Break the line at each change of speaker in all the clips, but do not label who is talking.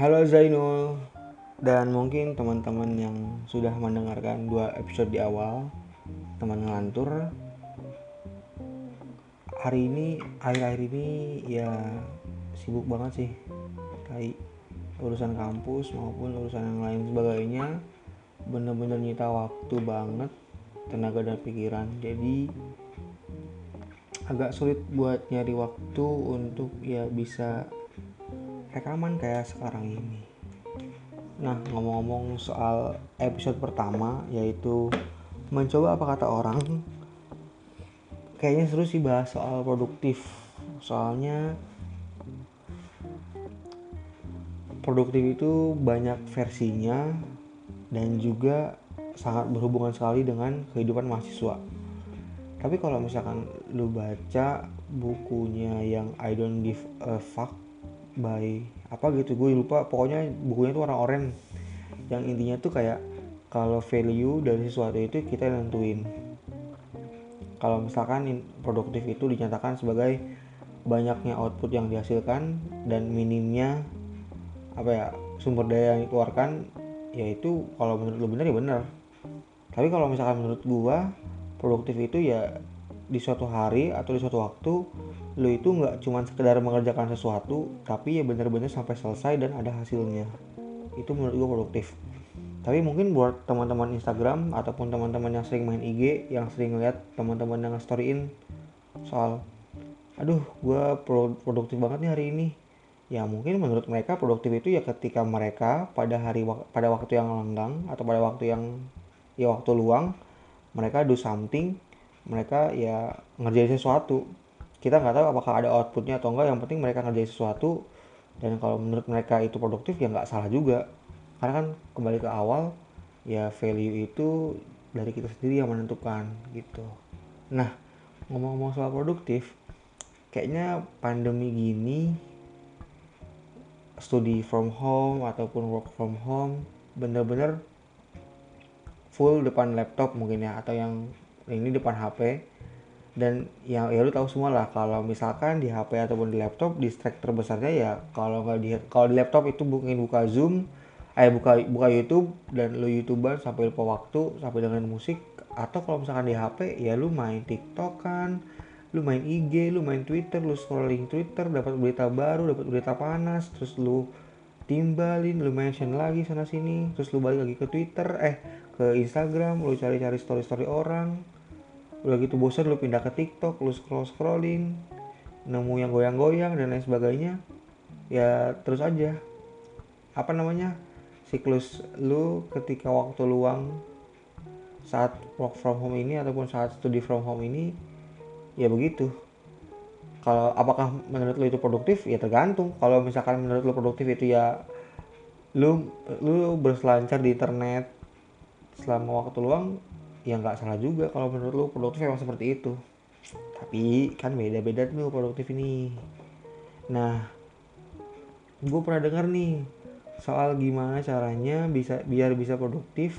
Halo Zainul, dan mungkin teman-teman yang sudah mendengarkan 2 episode di awal, teman ngelantur. Akhir-akhir ini ya sibuk banget sih, kayak urusan kampus maupun urusan yang lain sebagainya, bener-bener nyita waktu banget, tenaga dan pikiran. Jadi agak sulit buat nyari waktu untuk ya bisa rekaman kayak sekarang ini. Nah, ngomong-ngomong soal episode pertama, yaitu mencoba apa kata orang, kayaknya seru sih bahas soal produktif. Soalnya produktif itu banyak versinya dan juga sangat berhubungan sekali dengan kehidupan mahasiswa. Tapi kalau misalkan lu baca bukunya yang I Don't Give a Fuck by apa gitu, gue lupa, pokoknya bukunya tuh orang-orang yang intinya tuh kayak kalau value dari sesuatu itu kita nentuin. Kalau misalkan produktif itu dinyatakan sebagai banyaknya output yang dihasilkan dan minimnya sumber daya yang dikeluarkan, yaitu kalau menurut lu bener ya bener. Tapi kalau misalkan menurut gua, produktif itu ya di suatu hari atau di suatu waktu lu itu nggak cuma sekedar mengerjakan sesuatu, tapi ya bener-bener sampai selesai dan ada hasilnya. Itu menurut gua produktif. Tapi mungkin buat teman-teman Instagram ataupun teman-teman yang sering main IG, yang sering lihat teman-teman yang storyin soal aduh gue produktif banget nih hari ini, ya mungkin menurut mereka produktif itu ya ketika mereka pada waktu yang lenggang atau pada waktu yang ya waktu luang, mereka do something, mereka ya ngerjain sesuatu. Kita nggak tahu apakah ada outputnya atau enggak, yang penting mereka ngerjain sesuatu. Dan kalau menurut mereka itu produktif ya nggak salah juga, karena kan kembali ke awal, ya value itu dari kita sendiri yang menentukan gitu. Nah, ngomong-ngomong soal produktif, kayaknya pandemi gini, studi from home ataupun work from home, bener-bener full depan laptop mungkin ya, atau yang ini depan HP. Dan yang ya lu tahu semua lah, kalau misalkan di HP ataupun di laptop, distract terbesarnya ya kalau di laptop itu mungkin buka Zoom, buka YouTube dan lu YouTuber sampai lupa waktu, sampai dengan musik. Atau kalau misalkan di HP ya lu main TikTok kan, lu main IG, lu main Twitter, lu scrolling Twitter, dapat berita baru, dapat berita panas, terus lu timbalin, lu mention lagi sana sini, terus lu balik lagi ke Twitter, ke Instagram, lu cari-cari story-story orang. Udah gitu bosan lu pindah ke TikTok, lu scrolling, nemu yang goyang-goyang dan lain sebagainya. Ya terus aja, siklus lu ketika waktu luang saat work from home ini ataupun saat study from home ini, ya begitu. Kalau apakah menurut lu itu produktif? Ya tergantung. Kalau misalkan menurut lu produktif itu ya lu berselancar di internet selama waktu luang, ya nggak salah juga kalau menurut lu produktif emang seperti itu. Tapi kan beda-beda tuh produktif ini. Nah, gue pernah dengar nih soal gimana caranya biar bisa produktif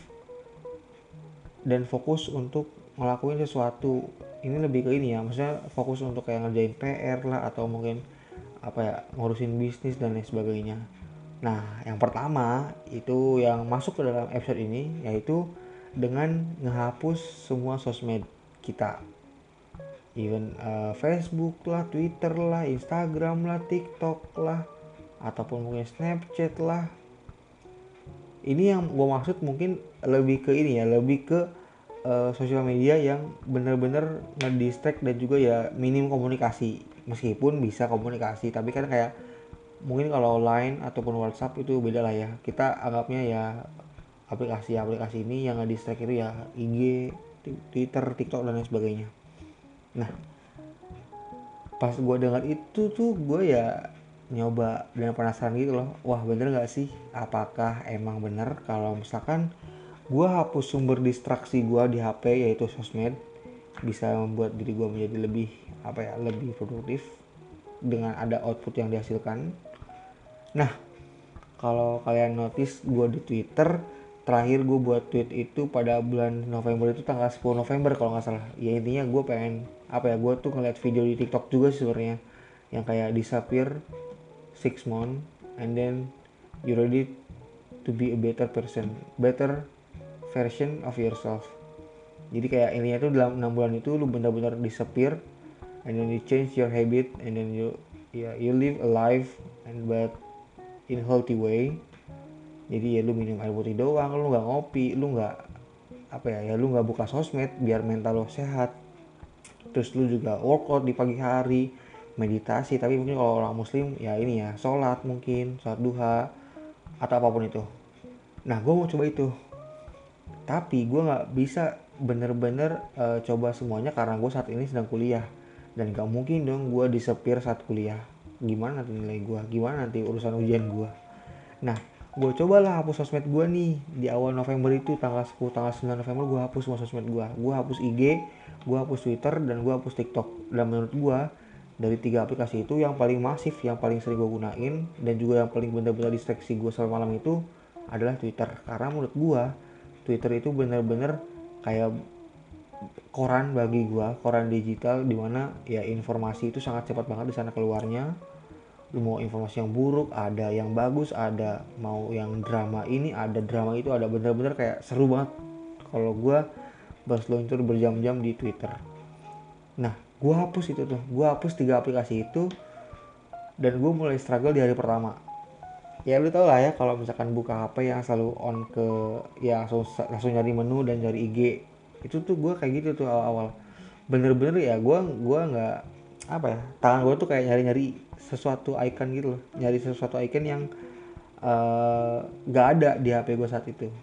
dan fokus untuk ngelakuin sesuatu. Ini lebih ke ini ya, maksudnya fokus untuk kayak ngerjain PR lah, atau mungkin ngurusin bisnis dan lain sebagainya. Nah, yang pertama itu yang masuk ke dalam episode ini, yaitu dengan ngehapus semua sosmed kita. Even Facebook lah, Twitter lah, Instagram lah, TikTok lah, ataupun mungkin Snapchat lah. Ini yang gue maksud mungkin lebih ke ini ya, lebih ke sosial media yang bener-bener ngedistract dan juga ya minim komunikasi. Meskipun bisa komunikasi, tapi kan kayak mungkin kalau line ataupun WhatsApp itu beda lah ya. Kita anggapnya ya aplikasi-aplikasi ini yang ngedistract itu ya IG, Twitter, TikTok dan lain sebagainya. Nah, pas gue dengar itu tuh gue ya nyoba dan penasaran gitu loh. Wah, bener gak sih? Apakah emang bener kalau misalkan gue hapus sumber distraksi gue di HP, yaitu sosmed, bisa membuat diri gue menjadi lebih produktif dengan ada output yang dihasilkan. Nah, kalau kalian notice gue di Twitter, terakhir gue buat tweet itu pada bulan November, itu tanggal 10 November kalau nggak salah. Ya intinya gue pengen gue tuh ngeliat video di TikTok juga sebenarnya, yang kayak disappear 6 months and then you ready to be a better version of yourself. Jadi kayak intinya tuh dalam 6 bulan itu lu benar-benar disappear, and then you change your habit, and then you live a life and but in healthy way. Jadi ya lu minum air putih doang, lu nggak ngopi, lu nggak lu nggak buka sosmed biar mental lu sehat. Terus lu juga workout di pagi hari, meditasi, tapi mungkin kalau orang muslim ya ini ya sholat, mungkin sholat duha atau apapun itu. Nah gue mau coba itu, tapi gue nggak bisa bener-bener coba semuanya karena gue saat ini sedang kuliah, dan gak mungkin dong gue disepir saat kuliah. Gimana nanti nilai gue, gimana nanti urusan ujian gue. Nah gue cobalah hapus sosmed gue nih di awal November itu, tanggal 10 tanggal 9 November gue hapus semua sosmed gue hapus IG, gue hapus Twitter, dan gue hapus TikTok. Dan menurut gue dari 3 aplikasi itu yang paling masif, yang paling sering gue gunain, dan juga yang paling benar-benar distraksi gue selama malam itu adalah Twitter. Karena menurut gue Twitter itu benar-benar kayak koran bagi gua, koran digital, dimana ya informasi itu sangat cepat banget di sana keluarnya. Lu mau informasi yang buruk ada, yang bagus ada, mau yang drama ini ada, drama itu ada, bener-bener kayak seru banget kalau gua berseluncur berjam-jam di Twitter. Nah gua hapus itu tuh, gua hapus 3 aplikasi itu, dan gua mulai struggle di hari pertama. Ya lu tau lah ya, kalau misalkan buka HP yang selalu on ke ya langsung nyari menu dan nyari IG, itu tuh gue kayak gitu tuh awal-awal. Bener-bener ya gue nggak tangan gue tuh kayak nyari-nyari sesuatu icon gitu loh, nyari sesuatu icon yang nggak ada di HP gue saat itu.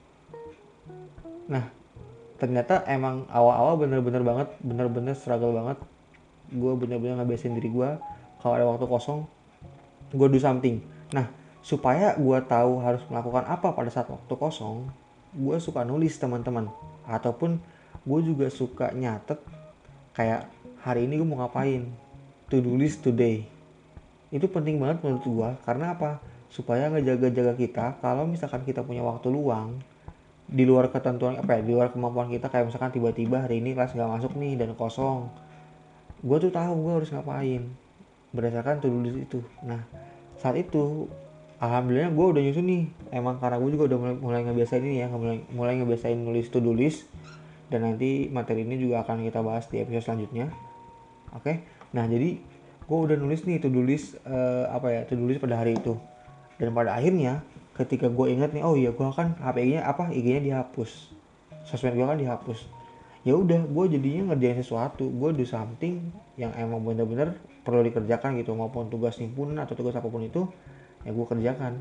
Nah ternyata emang awal-awal bener-bener struggle banget. Gue bener-bener ngebiasain diri gue kalau ada waktu kosong gue do something. Nah supaya gue tahu harus melakukan apa pada saat waktu kosong, gue suka nulis teman-teman, ataupun gue juga suka nyatet kayak hari ini gue mau ngapain, to do list today. Itu penting banget menurut gue, karena apa? Supaya ngejaga-jaga kita kalau misalkan kita punya waktu luang di luar ketentuan di luar kemampuan kita, kayak misalkan tiba-tiba hari ini kelas nggak masuk nih dan kosong, gue tuh tahu gue harus ngapain berdasarkan to do list itu. Nah saat itu alhamdulillah gue udah nyusun nih, emang karena gue juga udah mulai ngebiasain ini ya, mulai ngebiasain nulis to do list, dan nanti materi ini juga akan kita bahas di episode selanjutnya. Oke. Nah jadi gue udah nulis nih to do list to do list pada hari itu, dan pada akhirnya ketika gue ingat nih, oh iya gue kan IG-nya dihapus, sosmed gue kan dihapus, ya udah gue jadinya ngerjain sesuatu, gue do something yang emang bener-bener perlu dikerjakan gitu, maupun tugas himpunan atau tugas apapun itu ya gue kerjakan.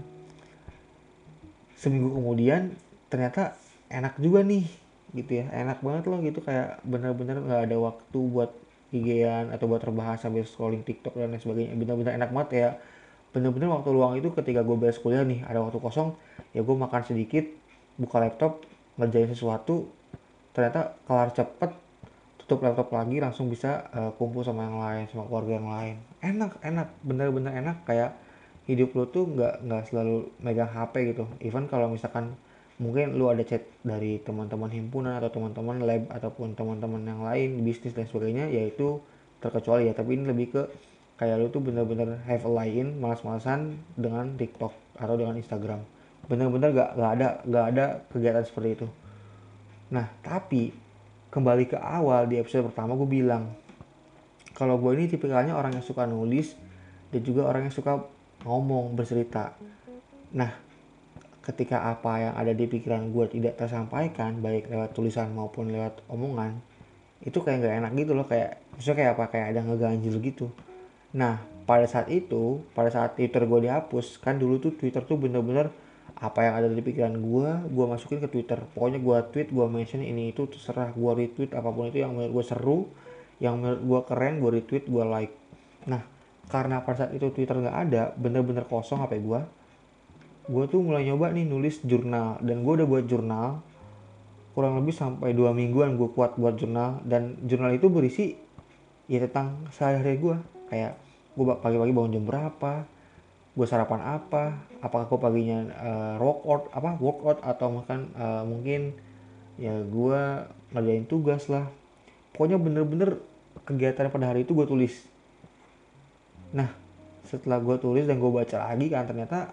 Seminggu kemudian ternyata enak juga nih gitu ya, enak banget loh gitu, kayak bener-bener nggak ada waktu buat IG-an atau buat terbahas sambil scrolling TikTok dan lain sebagainya. Bener-bener enak banget ya, bener-bener waktu luang itu ketika gue beres kuliah nih, ada waktu kosong ya gue makan sedikit, buka laptop, ngerjain sesuatu, ternyata kelar cepet, tutup laptop lagi, langsung bisa kumpul sama yang lain, sama keluarga yang lain. Enak bener-bener enak, kayak hidup lo tuh nggak selalu megang HP gitu. Even kalau misalkan mungkin lu ada chat dari teman-teman himpunan atau teman-teman lab ataupun teman-teman yang lain bisnis dan sebagainya, yaitu terkecuali ya, tapi ini lebih ke kayak lu tuh bener-bener have a line, malas-malasan dengan TikTok atau dengan Instagram. Bener-bener gak ada kegiatan seperti itu. Nah tapi kembali ke awal di episode pertama, gue bilang kalau gue ini tipikalnya orang yang suka nulis dan juga orang yang suka ngomong, bercerita. Nah ketika apa yang ada di pikiran gue tidak tersampaikan baik lewat tulisan maupun lewat omongan, itu kayak gak enak gitu loh, kayak maksudnya kayak ada ngeganjil gitu. Nah pada saat Twitter gue dihapus, kan dulu tuh Twitter tuh bener-bener apa yang ada di pikiran gue masukin ke Twitter. Pokoknya gue tweet, gue mention ini itu, terserah, gue retweet apapun itu yang menurut gue seru, yang menurut gue keren, gue retweet, gue like. Nah karena pada saat itu Twitter gak ada, bener-bener kosong HP gue tuh mulai nyoba nih nulis jurnal, dan gue udah buat jurnal kurang lebih sampai 2 mingguan gue kuat buat jurnal. Dan jurnal itu berisi ya tentang sehari-hari gue, kayak gue pagi-pagi bangun jam berapa, gue sarapan apa, apakah gue paginya workout atau mungkin ya gue ngerjain tugas lah. Pokoknya bener-bener kegiatan pada hari itu gue tulis. Nah setelah gue tulis dan gue baca lagi kan, ternyata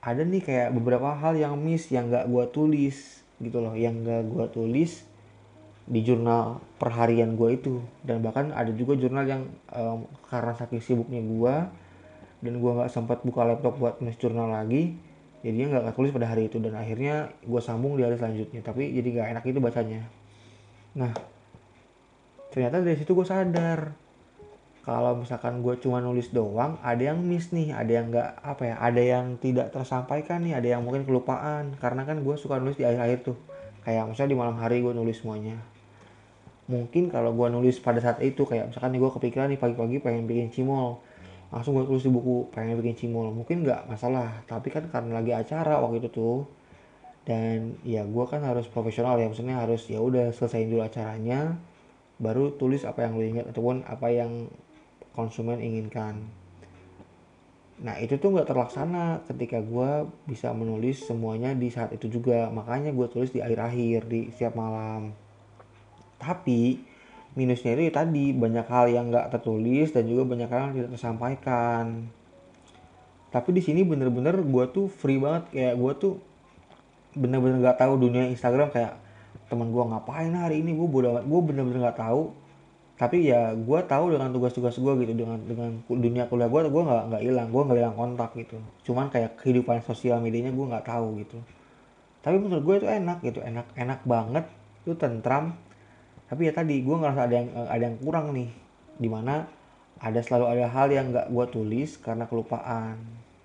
ada nih kayak beberapa hal yang miss yang nggak gue tulis gitu loh, yang nggak gue tulis di jurnal perharian gue itu. Dan bahkan ada juga jurnal yang karena saking sibuknya gue dan gue nggak sempat buka laptop buat nulis jurnal lagi, jadinya nggak tulis pada hari itu, dan akhirnya gue sambung di hari selanjutnya, tapi jadi nggak enak itu bacanya. Nah, ternyata dari situ gue sadar kalau misalkan gue cuma nulis doang, ada yang miss nih, ada yang nggak apa ya, ada yang tidak tersampaikan nih, ada yang mungkin kelupaan, karena kan gue suka nulis di akhir-akhir tuh, kayak misalnya di malam hari gue nulis semuanya. Mungkin kalau gue nulis pada saat itu, kayak misalkan nih gue kepikiran nih pagi-pagi pengen bikin cimol, langsung gue tulis di buku pengen bikin cimol, mungkin nggak masalah. Tapi kan karena lagi acara waktu itu tuh, dan ya gue kan harus profesional ya, maksudnya harus ya udah selesaiin dulu acaranya, baru tulis apa yang lo ingat ataupun apa yang konsumen inginkan. Nah itu tuh nggak terlaksana ketika gue bisa menulis semuanya di saat itu juga, makanya gue tulis di akhir-akhir di setiap malam. Tapi minusnya itu ya tadi, banyak hal yang nggak tertulis dan juga banyak hal yang tidak tersampaikan. Tapi di sini bener-bener gue tuh free banget, kayak gue tuh bener-bener nggak tahu dunia Instagram, kayak teman gue ngapain hari ini, gue bodo amat, gue bener-bener nggak tahu. Tapi ya gue tahu dengan tugas-tugas gue gitu, dengan dunia kuliah gue nggak hilang, gue nggak hilang kontak gitu. Cuman kayak kehidupan sosial medianya gue nggak tahu gitu. Tapi menurut gue itu enak gitu, enak enak banget, itu tentram. Tapi ya tadi gue ngerasa ada yang kurang nih, dimana selalu ada hal yang nggak gue tulis karena kelupaan.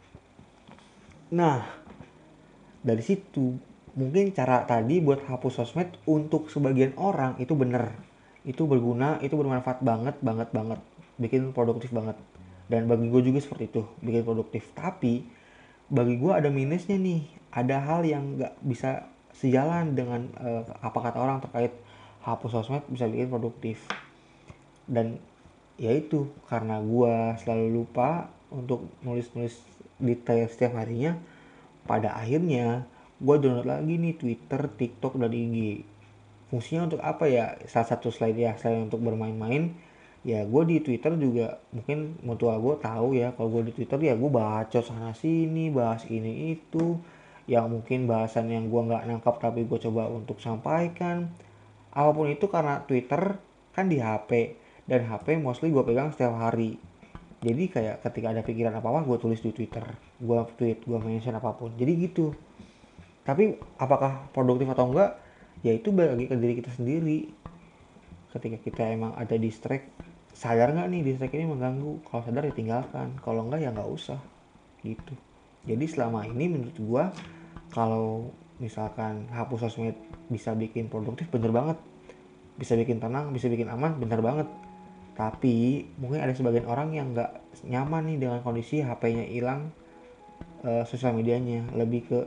Nah dari situ mungkin cara tadi buat hapus sosmed untuk sebagian orang itu bener, itu berguna, itu bermanfaat banget banget banget, bikin produktif banget. Dan bagi gue juga seperti itu, bikin produktif. Tapi bagi gue ada minusnya nih, ada hal yang nggak bisa sejalan dengan apa kata orang terkait hapus sosmed bisa bikin produktif. Dan yaitu karena gue selalu lupa untuk nulis-nulis detail setiap harinya, pada akhirnya gue download lagi nih Twitter, TikTok, dan IG. Fungsinya untuk apa ya? Salah satu slide ya, selain untuk bermain-main, ya gue di Twitter juga mungkin mutua gue tahu ya, kalau gue di Twitter ya gue bacot sana sini, bahas ini itu, yang mungkin bahasan yang gue nggak nangkap tapi gue coba untuk sampaikan. Apapun itu, karena Twitter kan di HP, dan HP mostly gue pegang setiap hari. Jadi kayak ketika ada pikiran apa-apa gue tulis di Twitter, gue tweet, gue mention apapun, jadi gitu. Tapi apakah produktif atau enggak, ya itu bagi ke diri kita sendiri. Ketika kita emang ada distract, sadar nggak nih distract ini mengganggu, kalau sadar ya tinggalkan, kalau enggak ya nggak usah gitu. Jadi selama ini menurut gue, kalau misalkan hapus sosmed bisa bikin produktif, bener banget. Bisa bikin tenang, bisa bikin aman, bener banget. Tapi mungkin ada sebagian orang yang nggak nyaman nih dengan kondisi HP-nya hilang, sosial medianya. Lebih ke,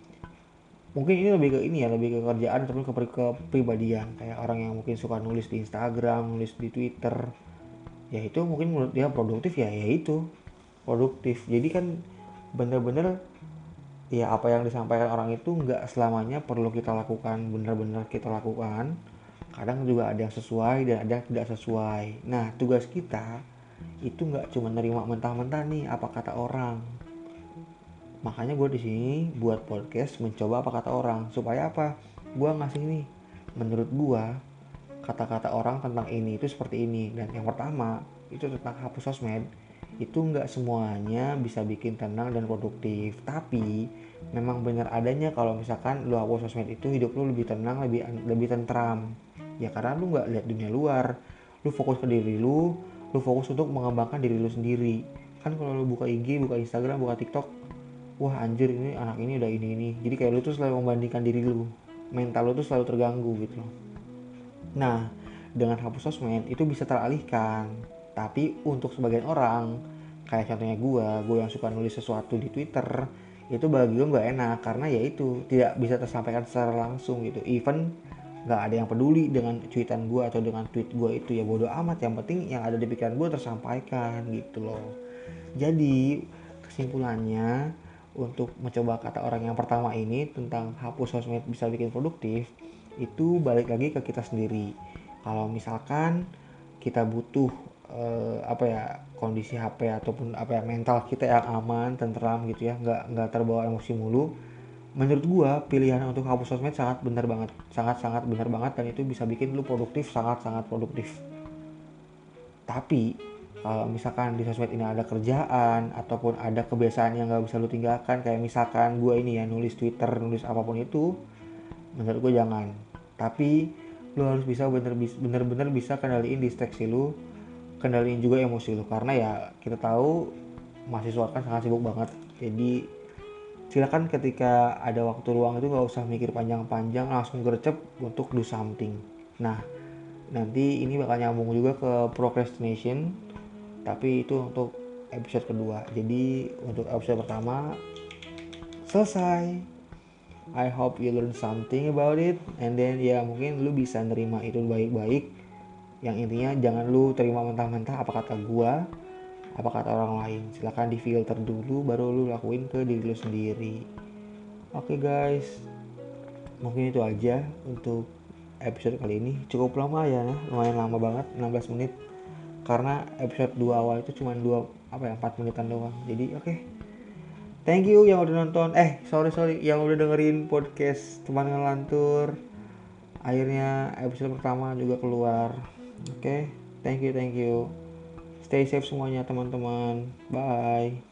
mungkin ini lebih ke ini ya, lebih ke kerjaan ataupun ke kepribadian. Kayak orang yang mungkin suka nulis di Instagram, nulis di Twitter, ya itu mungkin menurut dia produktif, ya itu produktif. Jadi kan bener-bener ya, apa yang disampaikan orang itu nggak selamanya perlu kita lakukan, bener-bener kita lakukan. Kadang juga ada yang sesuai dan ada yang tidak sesuai. Nah tugas kita itu nggak cuma nerima mentah-mentah nih apa kata orang. Makanya gue di sini buat podcast mencoba apa kata orang, supaya apa? Gue ngasih nih, menurut gue kata-kata orang tentang ini itu seperti ini. Dan yang pertama itu tentang hapus sosmed, itu nggak semuanya bisa bikin tenang dan produktif. Tapi memang benar adanya kalau misalkan lu hapus sosmed itu hidup lu lebih tenang, lebih lebih tentram. Ya karena lu nggak lihat dunia luar, lu fokus ke diri lu fokus untuk mengembangkan diri lu sendiri. Kan kalau lu buka IG, buka Instagram, buka TikTok, wah anjir ini anak ini udah ini, jadi kayak lu tuh selalu membandingkan diri lu, mental lu tuh selalu terganggu gitu loh. Nah dengan hapus sosmed itu bisa teralihkan. Tapi untuk sebagian orang, kayak contohnya gue yang suka nulis sesuatu di Twitter, itu bagi gue nggak enak karena ya itu tidak bisa tersampaikan secara langsung gitu. Even nggak ada yang peduli dengan cuitan gue atau dengan tweet gue itu, ya bodo amat, yang penting yang ada di pikiran gue tersampaikan gitu loh. Jadi kesimpulannya, untuk mencoba kata orang yang pertama ini tentang hapus sosmed bisa bikin produktif, itu balik lagi ke kita sendiri. Kalau misalkan kita butuh apa ya, kondisi HP ataupun apa ya, mental kita yang aman, tentram gitu ya, nggak terbawa emosi mulu. Menurut gua pilihan untuk hapus sosmed sangat benar banget, sangat benar banget, dan itu bisa bikin lu produktif, sangat produktif. Tapi kalau misalkan di sosmed ini ada kerjaan ataupun ada kebiasaan yang nggak bisa lu tinggalkan, kayak misalkan gua ini ya, nulis Twitter, nulis apapun itu, menurut gua jangan. Tapi lu harus bisa bener-bener bisa kendaliin distraksi lu, kendaliin juga emosi lu, karena ya kita tahu mahasiswa kan sangat sibuk banget. Jadi silakan ketika ada waktu luang itu nggak usah mikir panjang-panjang, langsung gercep untuk do something. Nah, nanti ini bakal nyambung juga ke procrastination, tapi itu untuk episode kedua. Jadi untuk episode pertama selesai. I hope you learn something about it, and then ya mungkin lu bisa nerima itu baik-baik. Yang intinya jangan lu terima mentah-mentah apa kata gua, apa kata orang lain. Silahkan difilter dulu baru lu lakuin ke diri lu sendiri. Oke guys, mungkin itu aja untuk episode kali ini. Cukup lama ya, lumayan lama banget, 16 menit. Karena episode 2 awal itu cuma 4 menitan doang. Jadi oke. Thank you yang udah nonton. Sorry yang udah dengerin podcast teman ngelantur. Akhirnya episode pertama juga keluar. Oke, thank you. Stay safe semuanya teman-teman. Bye.